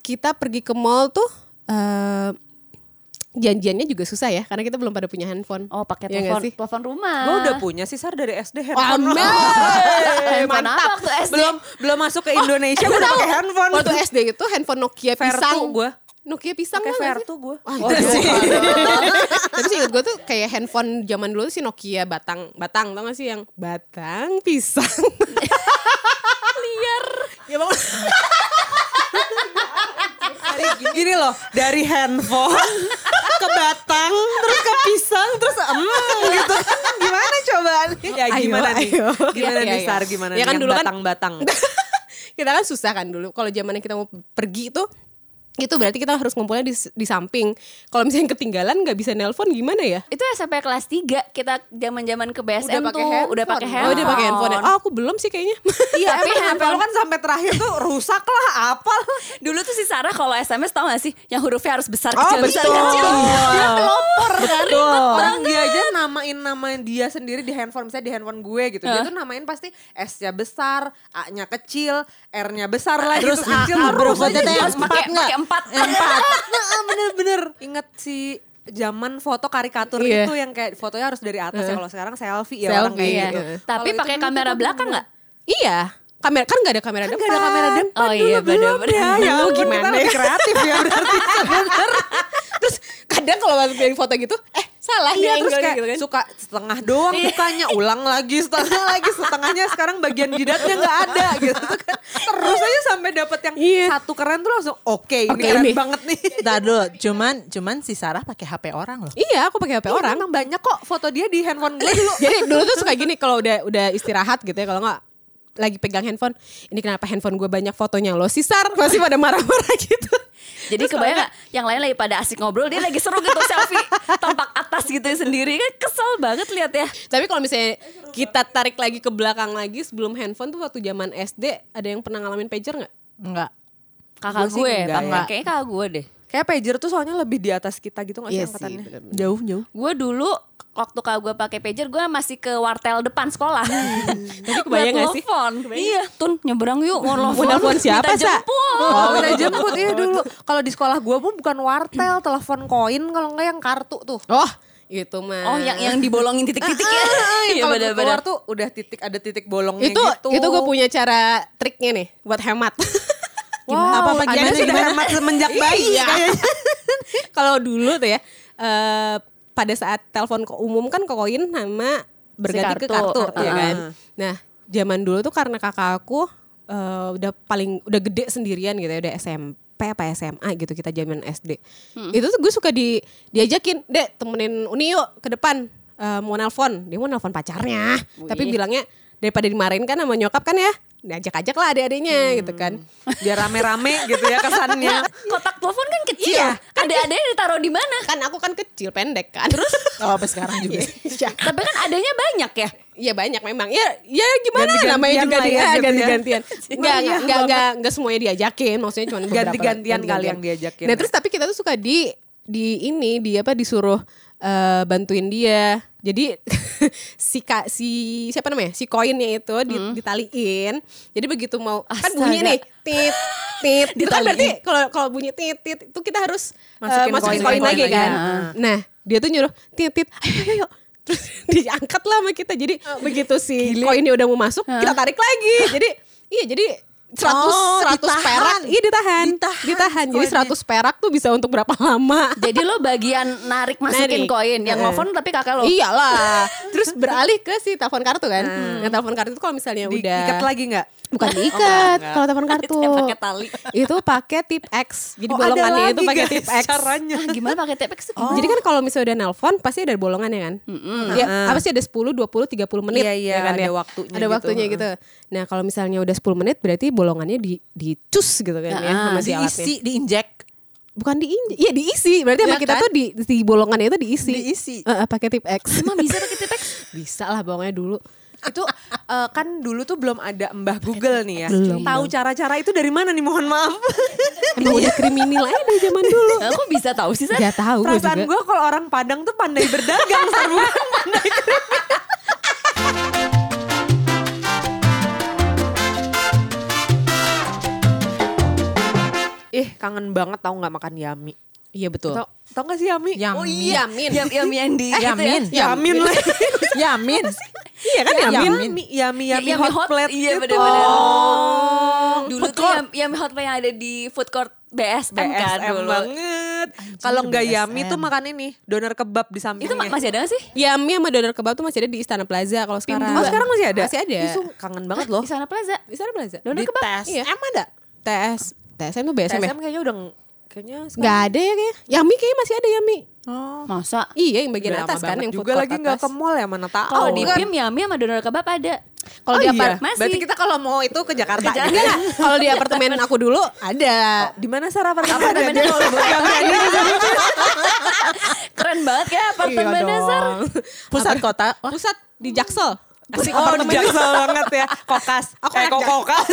kita pergi ke mall tuh janjiannya juga susah ya karena kita belum pada punya handphone. Oh, pakai Ya telepon rumah. Gue udah punya sih Sar dari SD handphone. Handphone apa waktu SD? Belum masuk ke Indonesia gue udah pakai handphone. Waktu SD itu handphone Nokia pisang. Gue. Nokia pisang Pakai nggak sih? Vertu gue. Tapi sih ingat gue tuh kayak handphone zaman dulu sih Nokia batang tau gak sih yang batang pisang. Liar. Ya bang. Gini loh, dari handphone ke batang, terus ke pisang, terus gitu kan. Gimana coba? Ya gimana nih? Gimana nih Sar? Gimana Ya kan nih dulu kan batang-batang? kita kan susah kan dulu. Kalau zamannya kita mau pergi itu berarti kita harus ngumpulnya di samping. Kalau misalnya ketinggalan nggak bisa nelpon gimana ya? Itu SMP kelas 3 kita zaman-zaman ke BSM Udah pakai tuh handphone. udah pakai Oh handphone. dia pakai handphone ya? Oh aku belum sih kayaknya. Iya, Tapi emang HP handphone- lo kan sampai terakhir tuh rusak lah, apa? Dulu tuh si Sarah kalau SMS tau gak sih yang hurufnya harus besar Oh, kecil besar betul. kecil. Dia pelopor kan. Orang dia aja namain nama dia sendiri di handphone, misalnya di handphone gue gitu. Dia tuh namain pasti S-nya besar, A-nya kecil, R-nya besar lagi. Terus kecil, berikutnya tuh yang Harus pakai 4. Nah, bener-bener inget si zaman foto karikatur Iya. itu yang kayak fotonya harus dari atas ya. Kalau sekarang selfie ya orang kayak Selfie, gitu. iya. Tapi Kalau pakai itu kamera dulu belakang bener-bener. enggak? Iya. Kamera kan nggak ada kamera depan. Gak ada kamera depan Oh dulu iya, belum bener-bener. ya. Ya Dulu ampun, gimana kita lebih ya? kreatif ya berarti. Terus kadang kalau waktu pilih foto gitu, salah Iya, nih terus angle-nya kayak gitu kan. suka setengah doang mukanya, ulang lagi setengah lagi, setengahnya sekarang bagian jidatnya nggak ada gitu kan. Terus aja sampai dapet yang Iya. satu keren tuh langsung oke, ini Oke, keren ini. banget nih. Ntar dulu, cuman si Sarah pakai HP orang loh. Iya, aku pakai HP orang. Emang banyak kok foto dia di handphone gue dulu. Jadi dulu tuh suka gini kalau udah istirahat gitu ya, kalau nggak lagi pegang handphone, ini kenapa handphone gue banyak fotonya lo sisar, masih pada marah-marah gitu. Jadi kebayang gak yang lain lagi pada asik ngobrol, dia lagi seru gitu selfie tampak atas gitu sendiri kan, kesel banget lihat ya. Tapi kalau misalnya kita tarik lagi ke belakang lagi sebelum handphone tuh waktu zaman SD, ada yang pernah ngalamin pager nggak? Enggak. Kakak Gue sih gue, enggak ya. kayaknya kakak gue deh. Kayak pager tuh soalnya lebih di atas kita gitu gak sih angkatannya? Jauh. Gue dulu waktu kakak gue pakai pager, gue masih ke wartel depan sekolah. Tapi kebayang nggak sih? Telepon. Iya, Tun nyebrang yuk mau Mau nelfon siapa, Minta Sa? jemput. Oh, udah jemput iya dulu. Kalau di sekolah gue pun bukan wartel, telepon koin, kalau enggak yang kartu tuh. Oh, itu mah. Oh, yang dibolongin titik-titik ya. Iya Kalau benar-benar. keluar tuh udah ada titik bolongnya itu gitu. gue punya cara triknya nih buat hemat. Wow, Apa-apa Anda gimana, sudah gimana? hemat semenjak bayi Iya. kayaknya. Kalau dulu tuh ya, pada saat telepon ke umum kan ke koin sama berganti ke kartu. kartu, ya kan. Nah, zaman dulu tuh karena kakak aku udah gede sendirian gitu ya, udah SMP apa SMA gitu kita zaman SD. Itu tuh gue suka diajakin, "Dek, temenin Uni yuk ke depan, mau nelpon." Dia mau nelpon pacarnya, tapi bilangnya daripada dimarahin kan sama nyokap kan ya, diajak-ajak lah adik-adiknya gitu kan. Biar rame-rame gitu ya kesannya. Kotak telepon kan kecil. Iya, Ada-adanya ditaruh di mana? Kan aku kan kecil pendek kan. Terus Oh, sampai sekarang juga. Iya. Tapi kan adanya banyak ya. Iya banyak memang. Ya gimana Ganti-gantian namanya juga lah ya, dia gitu ya. ganti-gantian. Enggak semuanya diajakin, maksudnya cuma beberapa. Ganti-gantian kali yang diajakin. Nah, terus tapi kita tuh suka disuruh bantuin dia. Jadi siapa namanya? Si koinnya itu ditaliin. Jadi begitu mau kan Astaga. bunyi nih, tit tit. Itu kan berarti kalau bunyi tit tit itu kita harus masukin koin lagi kan. Nah, dia tuh nyuruh tit tit. Ayo. Terus diangkat lah sama kita. Jadi begitu si koinnya udah mau masuk, kita tarik lagi. Jadi 100 ditahan. perak. Iya ditahan. Jadi 100 perak tuh bisa untuk berapa lama? Jadi lo bagian masukin Narik. koin. Yang nelfon tapi kakak lo. Iyalah. Terus beralih ke si telepon kartu kan. Nah, telepon kartu itu kalau misalnya udah Diikat lagi gak? bukan diikat kalau telepon kartu. Itu pakai tali. Itu pakai tip X. Jadi Oh, ada bolongannya itu lagi, pakai guys, tip X. caranya. Ah, gimana pakai TPX? Jadi kan kalau misalnya udah nelpon pasti ada bolongannya kan. Ya, apa sih ada 10, 20, 30 menit. Iya, iya, ya kan, ada ya? waktunya Ada gitu. waktunya gitu. Nah kalau misalnya udah 10 menit berarti bolongannya dicus gitu kan ya sama si alatnya. Diisi, diinjek. Bukan iya diisi. Berarti sama Iya kita kan? tuh di bolongannya itu diisi. Diisi. Pakai tip X. Emang bisa pakai TPX? Bisa lah bolongannya dulu. Itu kan dulu tuh belum ada Mbah Google nih ya. Belum. Tahu cara-cara itu dari mana nih, mohon maaf. Emang udah kriminal aja dari zaman dulu. Aku bisa tahu sih. Sar? Gak tahu gue Perasaan juga. gue kalau orang Padang tuh pandai berdagang, Sar, bukan pandai kriminal. Kangen banget tau gak makan Yami. Iya betul. Tau gak sih Yami? Yamin. Oh iya. Yamin. Yami Andi. Yamin. Yamin lah. Yamin. Iya kan Yamin. Yami hot plate Iya gitu. benar-benar. Oh. Dulu tuh Yami hot plate yang ada di food court BSM kan BSM dulu. banget. Kalau nggak Yami tuh makan ini doner kebab di Itu sampingnya. masih ada gak sih? Yami sama doner kebab tuh masih ada di Istana Plaza kalau sekarang. Oh sekarang masih ada? Masih ada. Itu kangen banget loh. Di sana Plaza. Istana Plaza. Doner Di kebab. tes. Iya. Emang ada? TSM tuh BSM ya? TSM kayaknya udah kayaknya Nggak ada ya kayaknya. Yami kayaknya masih ada Yami. Oh. Masa? Iya yang bagian udah atas lama kan banget yang food juga court lagi nggak atas. ke mall ya mana tahu. Kalau di kan. PIM Yami sama doner kebab ada. Kalau Oh di iya. Masih. Berarti kita kalau mau itu ke Jakarta. Ke Jakarta. gitu ya? Kalau di apartemen aku dulu ada. Di mana Sarah apartemen? Apartemennya kalau boleh. Keren banget ya apartemen dasar. Pusat kota. Oh, Pusat di Jaksel. Asik Oh apartemen. Jaksel banget ya. Kokas. Aku anak Kokas.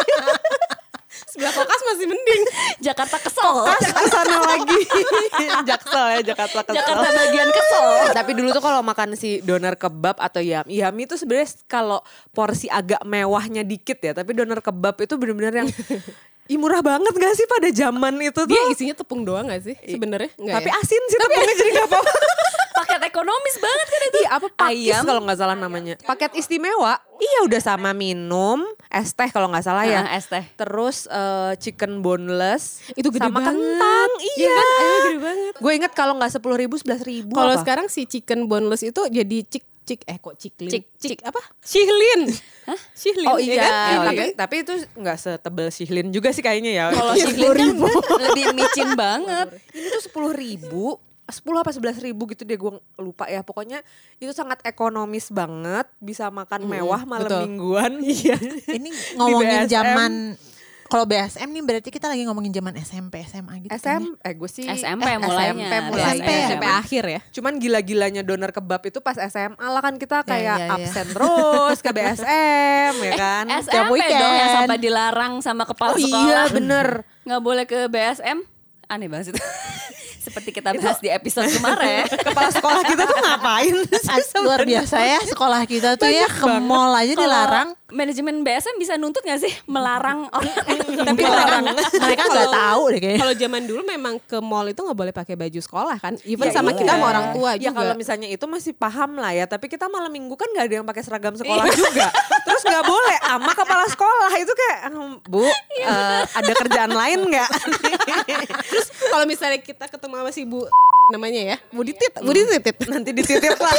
Sebelah Kokas masih mending. Jakarta kesel. Kokas kesana lagi. Jaksel ya Jakarta kesel. Jakarta bagian kesel. Tapi dulu tuh kalau makan si doner kebab atau Yami itu sebenarnya kalau porsi agak mewahnya dikit ya. Tapi doner kebab itu benar-benar yang murah banget gak sih pada zaman itu tuh? Dia isinya tepung doang gak sih sebenarnya? Enggak Tapi ya? asin sih tepungnya jadi gak apa-apa. Paket ekonomis banget kan itu. Iya apa pakis Ayam. kalau gak salah namanya. Paket istimewa. Iya udah sama minum, es teh kalau gak salah ya. Es teh. Terus chicken boneless. Itu gede sama banget. kentang. Iya. kan? Gede banget. Gue inget kalau gak 10.000 11.000 Kalau apa? sekarang si chicken boneless itu jadi ciklin. Cik apa? Cihlin. Hah? Cihlin. Oh iya, ya kan? tapi itu nggak setebel sihlin juga sih kayaknya ya. Kalau Iya, Shihlin kan lebih micin banget. Ini tuh 10.000, 10 apa 11.000 gitu deh gue lupa ya. Pokoknya itu sangat ekonomis banget, bisa makan mewah malam betul. mingguan. Iya. ini ngomongin BSM. zaman. Kalau BSM nih berarti kita lagi ngomongin zaman SMP, SMA gitu. kan ya? Gue sih SMP mulainya. mulainya. SMP akhir ya. Cuman gila-gilanya doner kebab itu pas SMA lah kan kita kayak iya. absen terus ke BSM ya kan. SMP weekend. dong yang sampai dilarang sama kepala sekolah. Iya bener. Nggak boleh ke BSM. Aneh banget itu. Seperti kita bahas di episode kemarin. Kepala sekolah kita tuh ngapain sih? Luar biasa ya sekolah kita tuh ya ke mall aja dilarang. Manajemen BSM bisa nuntut gak sih melarang orang? Tapi Mereka nggak tahu deh kayaknya. Kalau zaman dulu memang ke mall itu nggak boleh pakai baju sekolah kan. Even Ya sama iya. kita sama orang tua Ya juga. kalau misalnya itu masih paham lah ya. Tapi kita malam minggu kan gak ada yang pakai seragam sekolah juga. Terus gak boleh sama kepala sekolah. Itu kayak Bu ada kerjaan lain gak? Terus kalau misalnya kita ketemu sama si Bu namanya ya, Bu Ditit, Bu Ditit. Nanti dititip lah.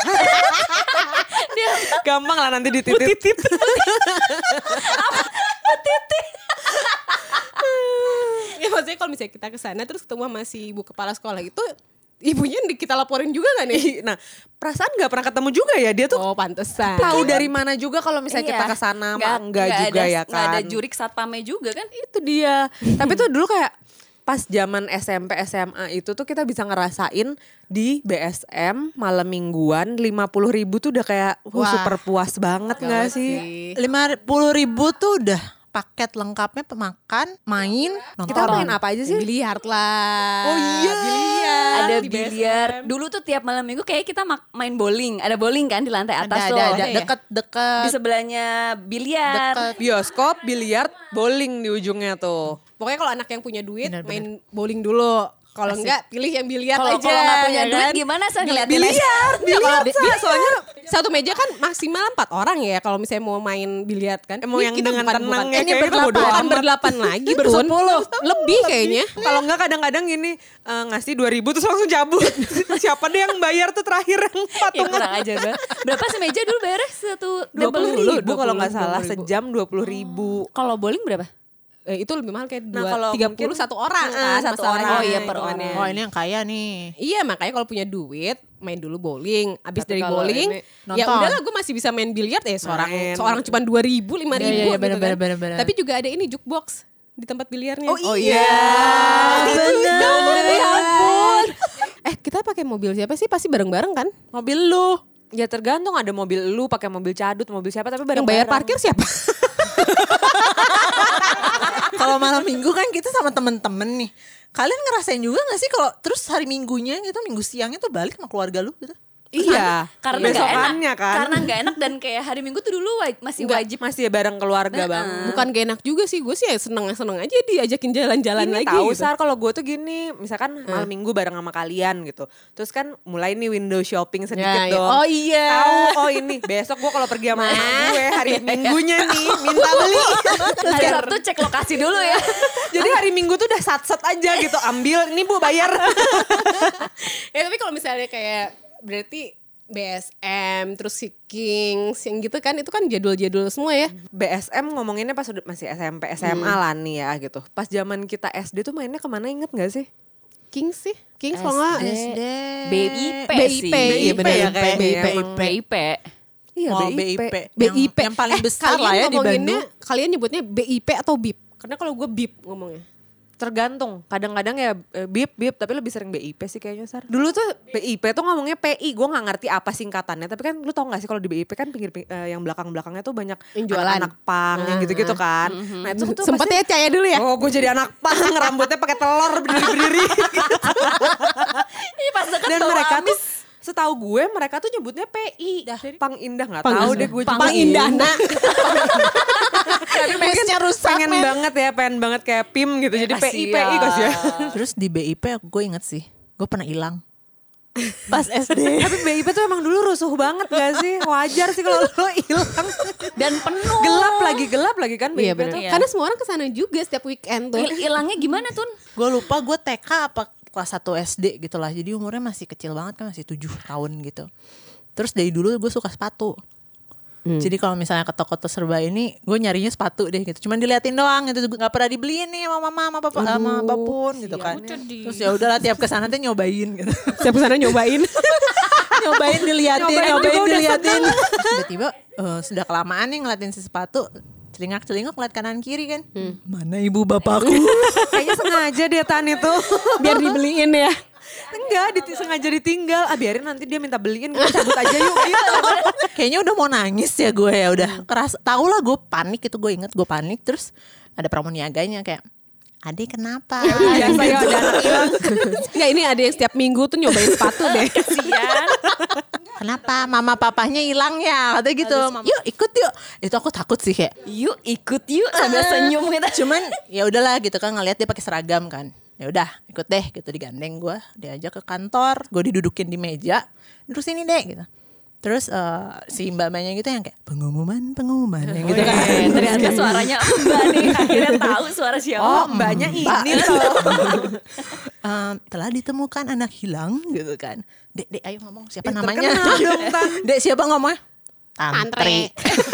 Gampang lah nanti dititip. Ya maksudnya kalau misalnya kita ke sana terus ketemu sama si ibu kepala sekolah itu, ibunya kita laporin juga gak nih? Nah perasaan gak pernah ketemu juga ya. Dia tuh Oh pantesan. tahu dari mana juga kalau misalnya kita ke sana mah enggak juga ada, ya Nggak ada kan. jurik satpamnya juga kan. Itu dia. Tapi tuh dulu kayak pas zaman SMP SMA itu tuh kita bisa ngerasain di BSM malam mingguan 50.000 tuh udah kayak Wah. super puas banget nggak sih? 50.000 tuh udah paket lengkapnya pemakan, main, nonton. Kita main apa aja sih? Biliar lah. Oh iya. Biliar. Ada di biliar. BSM. Dulu tuh tiap malam minggu kayak kita main bowling. Ada bowling kan di lantai atas tuh. ada. ya? Deket-deket. Di sebelahnya biliar. Deket. Bioskop, biliar, bowling di ujungnya tuh. Pokoknya kalau anak yang punya duit Benar-benar. main bowling dulu. Kalau enggak pilih yang biliar Kalau aja. nggak punya ya duit kan? gimana saya ngeliatin Biliar, biliar soalnya Satu meja kan maksimal 4 orang ya kalau misalnya mau main biliar kan. mau Ini yang kita dengan bukan- tenang bukan- ya, Ini kayaknya berdelapan. bodo Bukan amat. berdelapan lagi Bun. Bersepuluh. Lebih kayaknya. kalau enggak kadang-kadang gini ngasih 2.000 terus langsung cabut. Siapa deh yang bayar tuh terakhir yang Ya patungan. kurang aja Bang. Berapa sih meja dulu bayarnya? 20.000 kalau nggak 20.000. salah sejam 20.000. Kalau bowling berapa? Itu lebih mahal kayak Nah, kalau 30 mungkin- satu orang Satu masalahnya. orang. Oh iya, per hitungannya. orang. Oh ini yang kaya nih. Iya makanya kalau punya duit main dulu bowling. Abis Tapi dari kalau bowling ini ya nonton. udahlah gue masih bisa main biliar ya seorang Main. cuma 2.000 5.000 Iya, gitu bener, kan. bener. Tapi juga ada ini jukebox di tempat biliarnya. Oh iya. Bener. Ya ampun. Kita pakai mobil siapa sih? Pasti bareng-bareng kan? Mobil lu. Ya tergantung ada mobil lu pakai mobil cadut, mobil siapa tapi Yang bareng bayar parkir siapa? Kalau malam minggu kan kita sama temen-temen nih. Kalian ngerasain juga gak sih kalau terus hari minggunya gitu, minggu siangnya tuh balik sama keluarga lu gitu? Iya. Karena nggak besokannya enak. kan. Karena nggak enak dan kayak hari Minggu tuh dulu masih wajib. Masih ya bareng keluarga bang. Bukan gak enak juga sih, gue sih ya seneng aja diajakin jalan-jalan Ini lagi tahu gitu. Sar, kalau gue tuh gini, misalkan malam minggu bareng sama kalian gitu. Terus kan mulai nih window shopping sedikit Ya, dong. oh iya. Tahu, oh ini besok gue kalau pergi sama anak gue hari minggunya nih minta beli. Hari Sabtu cek lokasi dulu ya. Jadi hari Minggu tuh udah sat-sat aja gitu, ambil ini Bu bayar. Ya tapi kalau misalnya kayak berarti BSM terus si Kings yang gitu kan itu kan jadul-jadul semua ya. BSM ngomonginnya pas udah masih SMP SMA lah nih ya gitu. Pas zaman kita SD tuh mainnya kemana inget gak sih? Kings sih. Kings kalau nggak SD. BIP sih. Iya benar. ya kayaknya ya, emang. BIP. Iya Oh, BIP. BIP Yang paling besar kalian lah ya di ngomonginnya, Bandung. kalian nyebutnya BIP atau BIP? Karena kalau gue BIP ngomongnya. Tergantung, kadang-kadang ya BIP tapi lebih sering BIP sih kayaknya Sar. Dulu tuh BIP tuh ngomongnya PI, gue nggak ngerti apa singkatannya. Tapi kan lu tau gak sih kalau di BIP kan pinggir yang belakangnya tuh banyak Yang jualan. anak pang yang gitu-gitu kan. Nah itu tuh Sempet ya Caya dulu ya? oh gue jadi anak pang, rambutnya pakai telur berdiri-berdiri. Iya pas deket Dan tuh mereka habis. tuh setahu gue mereka tuh nyebutnya PI. Jadi Pang Indah nggak Pang tahu Indah. deh gue Pang Indah nak. Tapi mungkin pengen banget kayak PIM gitu. Jadi PI kasihan. Terus di BIP gue inget sih, gue pernah hilang pas SD. Tapi BIP tuh emang dulu rusuh banget gak sih? Wajar sih kalau lo hilang. Dan penuh. Gelap lagi kan Iya BIP benar. tuh. Iya. Karena semua orang kesana juga setiap weekend tuh. Hilangnya gimana Tun? Gue lupa gue TK apa kelas 1 SD gitu lah. Jadi umurnya masih kecil banget kan, masih 7 tahun gitu. Terus dari dulu gue suka sepatu. Jadi kalau misalnya ke toko serba ini, gue nyarinya sepatu deh gitu. Cuman diliatin doang gitu, nggak pernah dibeliin nih sama mama, sama papa, sama bapun gitu kan. Terus ya udahlah tiap kesana tuh nyobain gitu. Setiap kesana nyobain. nyobain diliatin, Nyobain nyobain juga udah diliatin. Tiba-tiba sudah kelamaan nih ngeliatin si sepatu. Celingak-celingak ngeliat kanan kiri kan. Mana ibu bapakku? Kayaknya sengaja dia Tan itu. Biar dibeliin ya. Enggak, sengaja ditinggal. Biarin nanti dia minta beliin, kita cabut aja yuk. Gitu. Kayaknya udah mau nangis ya gue ya udah keras. Tahu lah gue panik itu, gue inget gue panik. Terus ada pramuniaganya kayak, Adik kenapa? Biasa ya ada anak hilang. Enggak, ini ada yang setiap minggu tuh nyobain sepatu deh. Kasian. Kenapa mama papahnya hilang ya? Katanya gitu. Yuk ikut yuk. Itu aku takut sih kayak. Yuk ikut yuk sambil senyum gitu. Cuman ya udahlah gitu kan, ngeliat dia pakai seragam kan. Ya udah ikut deh gitu, digandeng gue, diajak ke kantor, gue didudukin di meja, duduk sini deh gitu. Terus si mbak-mbaknya gitu yang kayak pengumuman yang gitu kan. Ternyata suaranya Mbak nih. Akhirnya tahu suara siapa. Oh mbaknya ini loh. Telah ditemukan anak hilang gitu kan. Dek ayo ngomong siapa Ih, namanya? terkenal dong, Tan. Dek siapa ngomongnya? Tantri.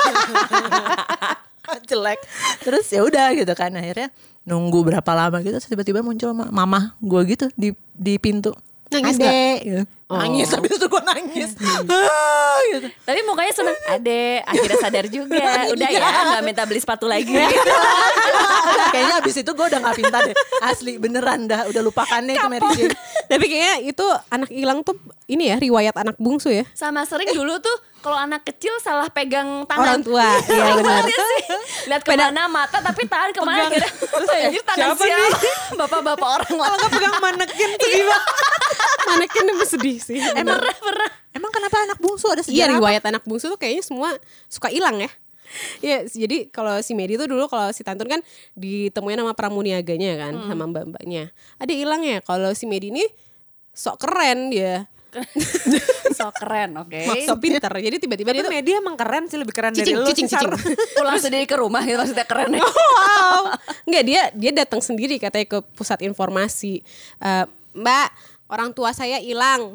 Jelek. Terus ya udah gitu kan, akhirnya nunggu berapa lama gitu, terus tiba-tiba muncul mama gue gitu di pintu. Nangis Adek gitu. Nangis, tapi itu gue nangis. Gitu. Tapi mukanya seneng. Ade akhirnya sadar juga. Udah ya gak minta beli sepatu lagi gitu. Kayaknya abis itu gue udah gak pinta deh. Asli beneran udah lupakan deh itu Mary Jane. Tapi kayaknya itu anak hilang tuh ini ya riwayat anak bungsu ya. Sama sering dulu tuh kalau anak kecil salah pegang tangan Orang tua. Iya benar. Lihat kemana mata tapi tangan kemana gitu. Anjir tangan Siapa siapa? Bapak-bapak orang lah. Kalau nggak pegang manekin sedih banget. Manekin lebih sedih sih. Emang kenapa anak bungsu ada Iya sejarah? riwayat anak bungsu tuh kayaknya semua suka hilang ya. Ya jadi kalau si Medi tuh dulu kalau si Tantun kan ditemuin sama pramuniaganya kan sama mbak-mbaknya. Ada hilang ya, kalau si Medi ini sok keren dia. So keren, oke. Sok pinter. Jadi tiba-tiba dia Tapi tuh media emang keren sih, lebih keren dari cicing, lu cicing, sih, Sar. cicing. Pulang sendiri ke rumah gitu maksudnya keren ya. Wow. Enggak, dia datang sendiri katanya ke pusat informasi. Mbak, orang tua saya hilang.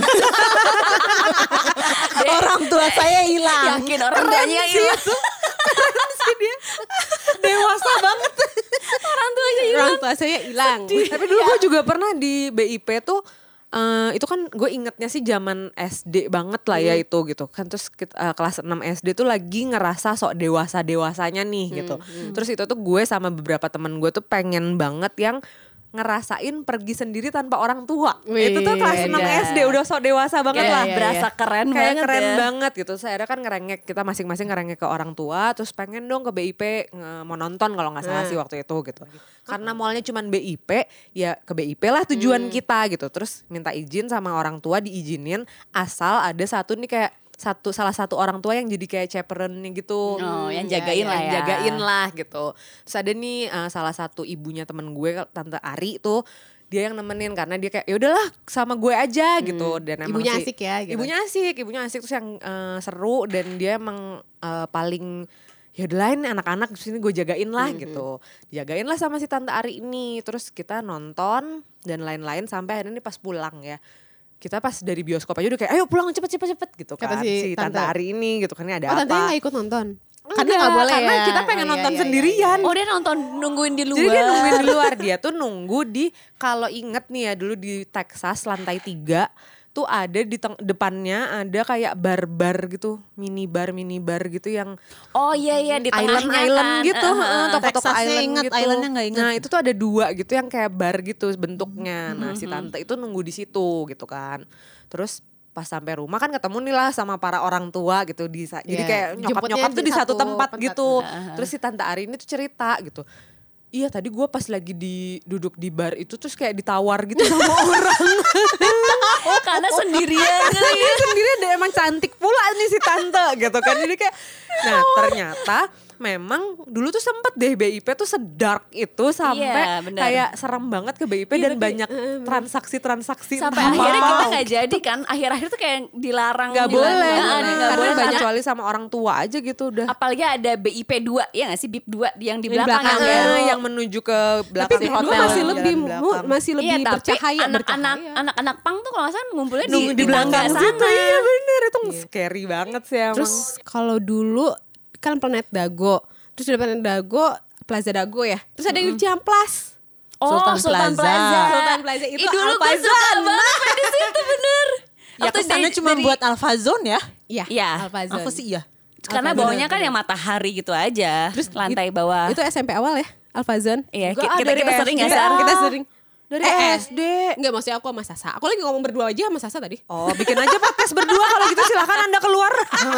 Orang tua saya hilang. Yakin orang tuanya hilang. Dewasa banget. Orang tuanya hilang. Orang tua saya hilang. Tapi dulu gue juga pernah di BIP tuh itu kan gue ingetnya sih zaman SD banget lah ya itu gitu kan. Terus kelas 6 SD tuh lagi ngerasa sok dewasa-dewasanya nih gitu. Terus itu tuh gue sama beberapa teman gue tuh pengen banget yang ngerasain pergi sendiri tanpa orang tua. Wih, Itu tuh kelas 6 beda. SD udah sok dewasa banget Kayak lah. berasa keren Kayak banget keren ya. banget gitu. Saya kan ngerengek, kita masing-masing ngerengek ke orang tua, terus pengen dong ke BIP mau nonton kalau nggak salah sih waktu itu gitu. Karena mallnya cuman BIP, ya ke BIP lah tujuan kita gitu. Terus minta izin sama orang tua, diizinin asal ada satu nih kayak salah satu orang tua yang jadi kayak chaperone gitu. Oh, yang jagain lah yang ya. jagain lah gitu. Terus ada nih salah satu ibunya temen gue, Tante Ari tuh, dia yang nemenin karena dia kayak ya udahlah sama gue aja gitu. Dan emang Ibunya sih- asik ya, gitu. Ibunya asik terus yang seru dan dia emang paling ya udahlah ini anak-anak di sini gue jagain lah gitu. Jagain lah sama si Tante Ari ini. Terus kita nonton dan lain-lain sampai akhirnya nih pas pulang ya. Kita pas dari bioskop aja udah kayak ayo pulang cepet gitu Kata kan. si Si Tante Tante. Ari ini gitu kan, ini ada Tante apa. gak ikut nonton? Enggak, Karena gak boleh karena ya. kita pengen Oh, iya, nonton iya, sendirian. Oh dia nonton nungguin di luar. Jadi dia nungguin di luar, dia tuh nunggu di, kalau inget nih ya dulu di Texas lantai 3 tuh ada di depannya ada kayak bar-bar gitu, minibar gitu yang Oh iya di tengahnya island kan. gitu, toko-toko Texasnya island ingat, gitu. islandnya nggak ingat. Nah itu tuh ada 2 gitu yang kayak bar gitu bentuknya. Nah si tante itu nunggu di situ gitu kan. Terus pas sampai rumah kan ketemu nih lah sama para orang tua gitu jadi kayak Jemputnya nyokap-nyokap tuh di di satu satu tempat tempat. gitu. Terus si Tante Ari ini tuh cerita gitu. Iya tadi gue pas lagi duduk di bar itu terus kayak ditawar gitu sama orang. Oh karena sendirian kali. Dia sendiri ada emang cantik pula nih si tante gitu kan. Jadi kayak nah ternyata memang dulu tuh sempet deh BIP tuh sedark itu sampai Iya, benar. kayak serem banget ke BIP dan banyak transaksi-transaksi. Sampai entah akhirnya apa. kita gak jadi kan. Akhir-akhir tuh kayak dilarang. Nggak boleh, Nggak karena boleh. kecuali sama orang tua aja gitu udah. Apalagi ada BIP 2 ya gak sih? BIP 2 yang di Yang di belakang. belakang, yang Yang menuju ke Tapi belakang dulu hotel, masih jalan lebih belakang. masih lebih Iya tapi bercahaya, anak-anak pang tuh kalau nggak salah ngumpulnya Nunggu di belakang tangga situ. sana. Iya bener itu scary banget sih emang. Terus kalau dulu kan Planet Dago, terus di Planet Dago, Plaza Dago ya. Terus ada yang di Ciamplas. Oh Sultan Plaza. Sultan Plaza itu Ih, dulu gue Alfazon. suka banget di situ bener. Ya Waktu kesannya dari- cuma dari- buat Alpha Zone ya. Iya, Iya. Alfazon. Aku sih iya. Karena Alfazon, bawahnya kan yang matahari gitu aja. Terus lantai bawah. Itu SMP awal ya, Alfazon. Iya, Enggak, kita dari sering SD. nggak Sar? Kita sering. Dari SD. Enggak, maksudnya aku sama Sasa. Aku lagi ngomong berdua aja sama Sasa tadi. Oh bikin aja podcast berdua kalau gitu silakan Anda keluar.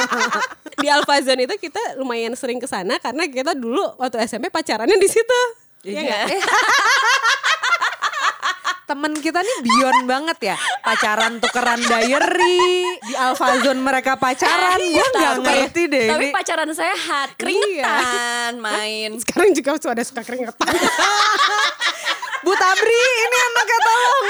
Di Alfazon itu kita lumayan sering ke sana karena kita dulu waktu SMP pacarannya di situ. Iya nggak? Temen kita nih beyond banget ya. Pacaran tukeran diary. Di Alfazon mereka pacaran. Gue gak ngerti deh Tapi ini. pacaran sehat, keringetan, main. Sekarang juga sudah suka keringetan. Bu Tabri ini anaknya tolong.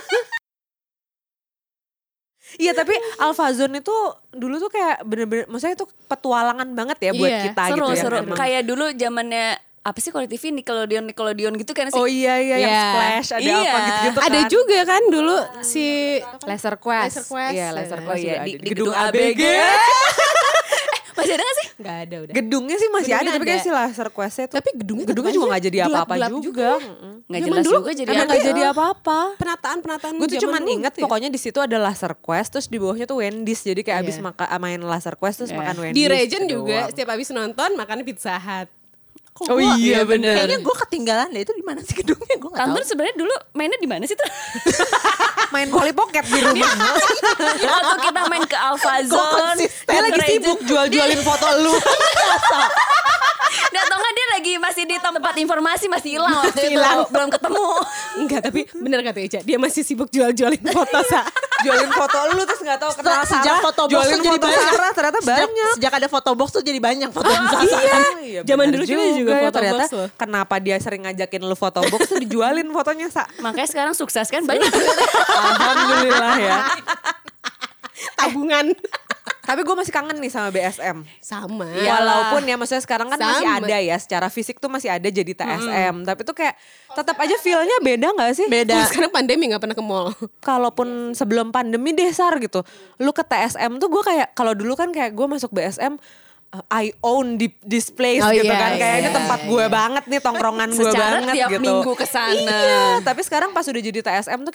Iya tapi Alfazon itu dulu tuh kayak bener-bener, maksudnya itu petualangan banget ya buat Iya, kita Seru gitu ya. seru. memang. Kayak dulu zamannya apa sih kalau TV Nickelodeon gitu kan sih. Oh iya yang Iya. Splash ada Iya. apa gitu-gitu kan. Ada juga kan dulu si Laser Quest. Laser Quest. Iya Laser Oh, Quest iya, juga di ada. gedung ABG. Masih ada gak sih? Nggak ada udah. Gedungnya sih masih Gedungnya ada, tapi ada. kayak si Laser Quest-nya tuh. Tapi gedungnya juga gak jadi apa-apa gelap-gelap juga. Nggak Zaman jelas dulu juga jadi Emang apa. gak jadi apa-apa. Penataan Gue tuh zaman cuman dulu inget gitu ya. pokoknya di situ ada Laser Quest, terus di bawahnya tuh Wendy's. Jadi kayak abis main Laser Quest terus makan Wendy's. Di Regent gitu juga doang. setiap habis nonton makan Pizza Hut. Oh iya bener. Kayaknya gue ketinggalan deh, itu di mana sih gedungnya gue nggak tahu. Tante sebenarnya dulu mainnya di mana sih tuh? Main Polly Pocket di rumah. Waktu kita main ke Alfazon. Dia lagi sibuk jual-jualin foto lu. Nggak tau nggak dia lagi masih di tempat informasi masih hilang waktu itu. Belum ketemu. Enggak, tapi bener kata Eca, dia masih sibuk jual-jualin foto Sa. Jualin foto lu terus gak tahu kenal Sejak Sarah. foto box Jualin tuh jadi foto banyak. Sarah ternyata banyak. Sejak ada foto box tuh jadi banyak foto Sasa. Iya, Zaman bener dulu kita juga ya, foto ternyata box loh. kenapa dia sering ngajakin lu foto box tuh dijualin fotonya Sa. Makanya sekarang sukses kan banyak. Alhamdulillah ya. Tabungan. Tapi gue masih kangen nih sama BSM. Sama. Walaupun ya maksudnya sekarang kan masih Sama. ada ya, secara fisik tuh masih ada jadi TSM. Tapi tuh kayak tetap aja feel-nya beda gak sih? Beda. Sekarang pandemi gak pernah ke mall. Kalaupun sebelum pandemi deh Sar gitu. Lu ke TSM tuh gue kayak, kalau dulu kan kayak gue masuk BSM, I own this place Oh, gitu iya, kan. Kayak iya, ini tempat gue banget nih, tongkrongan gue Secara banget tiap gitu. minggu kesana. Iya, tapi sekarang pas udah jadi TSM tuh kayak,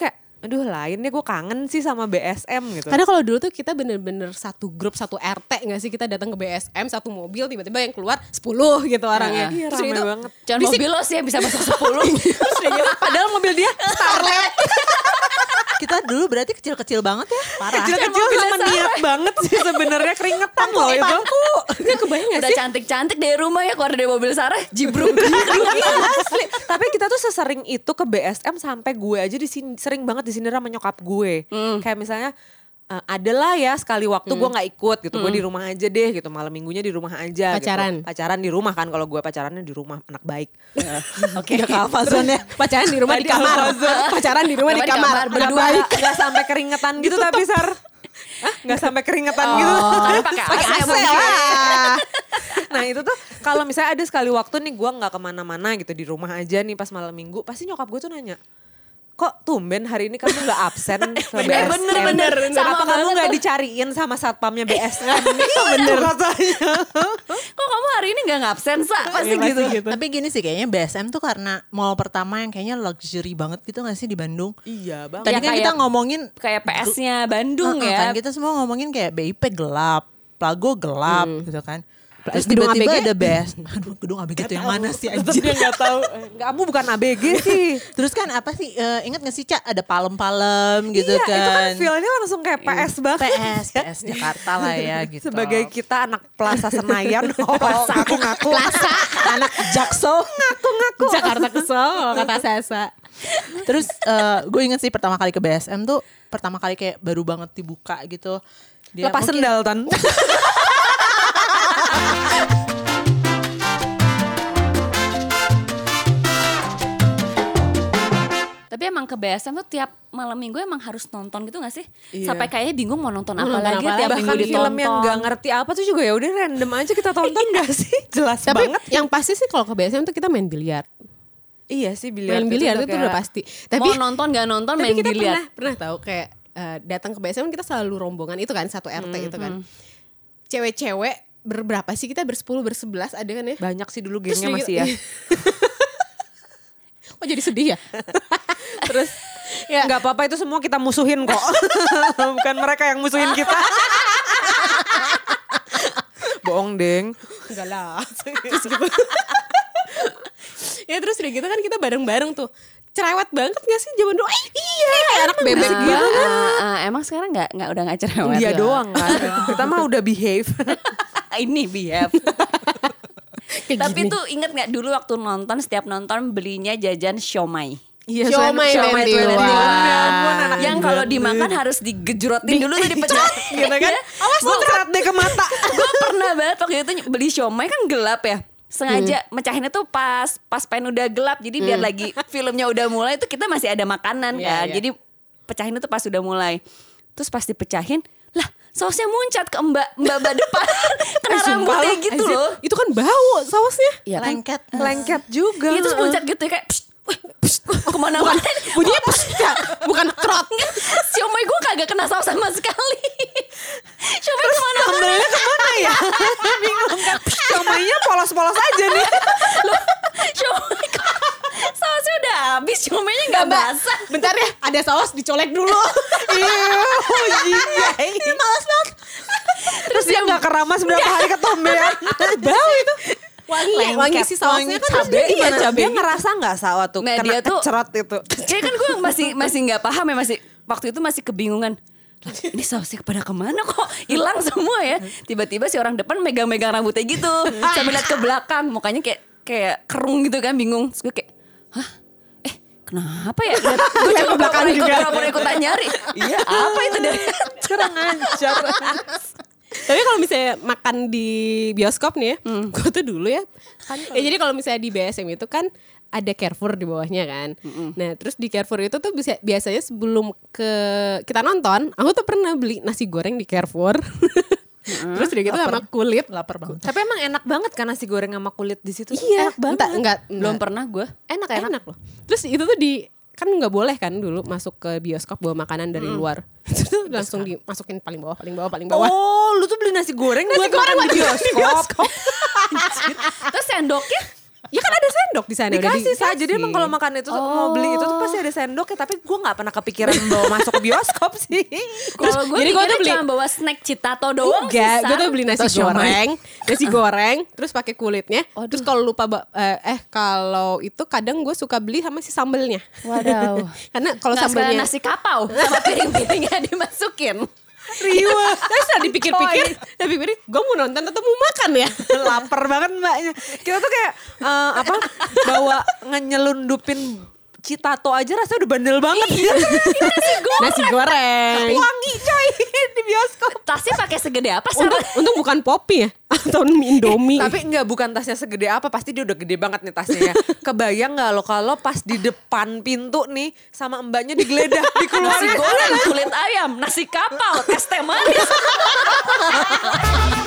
aduh lain deh gue kangen sih sama BSM gitu. Karena kalau dulu tuh kita bener-bener satu grup, satu RT gak sih, kita datang ke BSM satu mobil, tiba-tiba yang keluar 10 gitu orangnya. Iya, Terus rame itu banget. Jangan mobil lo sih yang bisa masuk 10. Terus udah gitu, padahal mobil dia Starlet. Kita dulu berarti kecil-kecil banget ya, parah. Kecil-kecil sama niat banget sih sebenarnya, keringetan loh itu. Gak kebayang gak Udah sih? cantik-cantik dari rumah ya, keluar dari mobil Sarah jibruk. Asli. Tapi kita tuh sesering itu ke BSM sampai gue aja sering banget disindir sama nyokap gue. Kayak misalnya adalah ya sekali waktu gue nggak ikut gitu, gue di rumah aja deh gitu, malam minggunya di rumah aja. Pacaran. Gitu. Pacaran di rumah kan, kalau gue pacarannya di rumah, anak baik. Oke, udah ke Amazon ya. Pacaran di rumah di kamar. Pacaran di rumah di kamar. Berdua nggak sampai keringetan gitu tapi Sar. Nggak sampai keringetan gitu. Karena pakai AC lah. Nah itu tuh kalau misalnya ada sekali waktu nih gue nggak kemana-mana gitu, di rumah aja nih pas malam minggu, pasti nyokap gue tuh nanya, kok tumben hari ini kamu gak absen ke BSM? Bener. Sama Apa kamu banget gak tuh. dicariin sama satpamnya BSM? Iya bener katanya. Kok kamu hari ini gak ngabsen, Sa? Pasti gitu. Tapi gini sih kayaknya BSM tuh karena mall pertama yang kayaknya luxury banget gitu gak sih di Bandung? Iya banget. Tadi Ya, kan kita kayak- ngomongin Kayak PS-nya Bandung kan ya. kita semua ngomongin kayak BIP gelap, Plago gelap gitu kan. Terus Gedung tiba-tiba ABG? ada Aduh, gedung ABG itu yang mana sih anjir? Dia gak tahu. Kamu bukan ABG sih. Terus kan apa sih, ingat gak sih Ca, ada palem-palem gitu Iya itu kan kan. feel-nya langsung kayak PS banget. PS Jakarta lah ya gitu. Sebagai kita anak Plaza Senayan. Ngaku-ngaku. Plaza, anak Jakso. Ngaku-ngaku. Jakarta kesel kata Sasa. Terus gue inget sih pertama kali ke BSM tuh, pertama kali kayak baru banget dibuka gitu. Dia Lepas mungkin- sendal Tan. Tapi emang ke BSM tuh tiap malam minggu emang harus nonton gitu gak sih? Iya. Sampai kayaknya bingung mau nonton apa nonton lagi apa tiap lagi. minggu Bahkan ditonton. film yang gak ngerti apa tuh juga ya udah random aja kita tonton gak sih? Jelas Tapi banget. yang pasti sih kalau ke BSM tuh kita main biliar. Iya sih biliar. Main biliar itu udah pasti. Mau nonton gak nonton tapi main kita biliar. pernah tahu kayak datang ke BSM kita selalu rombongan itu kan satu RT itu kan. Cewek-cewek berberapa sih kita, ber-10 ber-11 ada kan ya? Banyak sih dulu Terus gengnya dia masih ya. gitu- Oh jadi sedih ya? Terus ya nggak apa-apa itu semua kita musuhin kok. Bukan mereka yang musuhin kita. Bohong deng. Enggak lah. Terus gitu. Ya terus udah gitu kan kita bareng-bareng tuh. Cerewet banget gak sih zaman dulu? Iya kayak anak bebek gitu kan. Emang sekarang udah nggak cerewet. Dia ya? doang kan. Kita mah udah behave. Ini behave. Kayak Tapi gini. tuh inget nggak dulu waktu nonton, setiap nonton belinya jajan siomay. Iya, Siomay 21. Ya ampun, anak Yang kalau dimakan harus digejrotin dulu tuh dipecah gitu kan. Awas muncrat deh ke mata. Gue pernah banget waktu itu beli siomay kan gelap ya. Sengaja mecahinnya tuh pas pengen udah gelap. Jadi biar lagi filmnya udah mulai tuh kita masih ada makanan Iya, kan. iya. Jadi pecahinnya tuh pas udah mulai. Terus pas dipecahin, lah sausnya muncat ke mbak depan. Kena rambutnya gitu loh. Itu kan bau sausnya. Iya kan? lengket. Lengket juga. Iya terus muncat gitu kayak psst, wih, psst, kemana-mana. Bunyinya bukan trot. Siomay gue kagak kena saus sama sekali. Siomay kemana-mana. Sambelnya kemana ya? Bingung kan. Siomaynya polos-polos aja nih. Siomay sausnya udah habis, siomaynya nggak basah. Bentar ya, ada saus dicolek dulu. Iya. Males banget. Terus dia gak keramas berapa hari ketombean. Bau itu. Wangi, Lengket, wangi si sausnya kan terus dia gimana? Dia ngerasa gak saat tuh Nah, kena dia tuh- cerot itu. Kayak kan gue masih nggak paham ya, waktu itu masih kebingungan. Lah, ini sausnya pada kemana kok hilang semua ya? Tiba-tiba si orang depan megang-megang rambutnya gitu, sambil lihat ke belakang, mukanya kayak kerung gitu kan, bingung. Terus gue kayak, hah? Kenapa ya? Gue coba belakang pura-pura ikutan nyari. Iya, apa itu dari? Kurang ajar. Tapi kalau misalnya makan di bioskop nih ya, gue tuh dulu ya. Ya jadi kalau misalnya di BSM itu kan ada Carrefour di bawahnya kan. Nah terus di Carrefour itu tuh biasanya sebelum kita nonton, aku tuh pernah beli nasi goreng di Carrefour. Terus udah gitu sama kulit. Lapar banget. Tapi emang enak banget kan nasi goreng sama kulit di situ. Iya, Enak banget. enggak, Belum pernah gue. enak loh. Terus itu tuh kan nggak boleh kan dulu masuk ke bioskop bawa makanan dari luar. Itu tuh langsung dimasukin paling bawah. Oh, lu tuh beli nasi goreng buat goreng makan di buat bioskop. Terus sendoknya Ya kan ada sendok di sana. udah Dikasih Sa, dikasih. jadi emang kalau makan itu tuh mau beli itu tuh pasti ada sendok ya, tapi gue nggak pernah kepikiran bawa masuk ke bioskop sih. Kalau gue jadi gua tuh mikirnya beli- cuma bawa snack Citato doang sih. Enggak, Sa. gue tuh beli nasi Atau siomay. goreng, terus pakai kulitnya. Terus kalau lupa kalau itu kadang gue suka beli sama si sambelnya. Wadaw. Karena kalau Nggak sekalian sambelnya nasi kapau sama piring-piringnya dimasukin. riwa. Terus udah dipikir-pikir, gue mau nonton atau mau makan ya? Lapar banget mbaknya. Kita tuh kayak bawa nyelundupin Citato aja rasanya udah bandel banget. Nasi goreng. Wangi coy di bioskop. Tasnya pakai segede apa sama? Untung bukan Poppy ya atau Indomie. Tapi enggak, bukan tasnya segede apa, pasti dia udah gede banget nih tasnya ya. Kebayang nggak lo kalau pas di depan pintu nih sama mbaknya digeledah Nasi dikeluarin. goreng, kulit ayam, nasi kapau, es teh manis.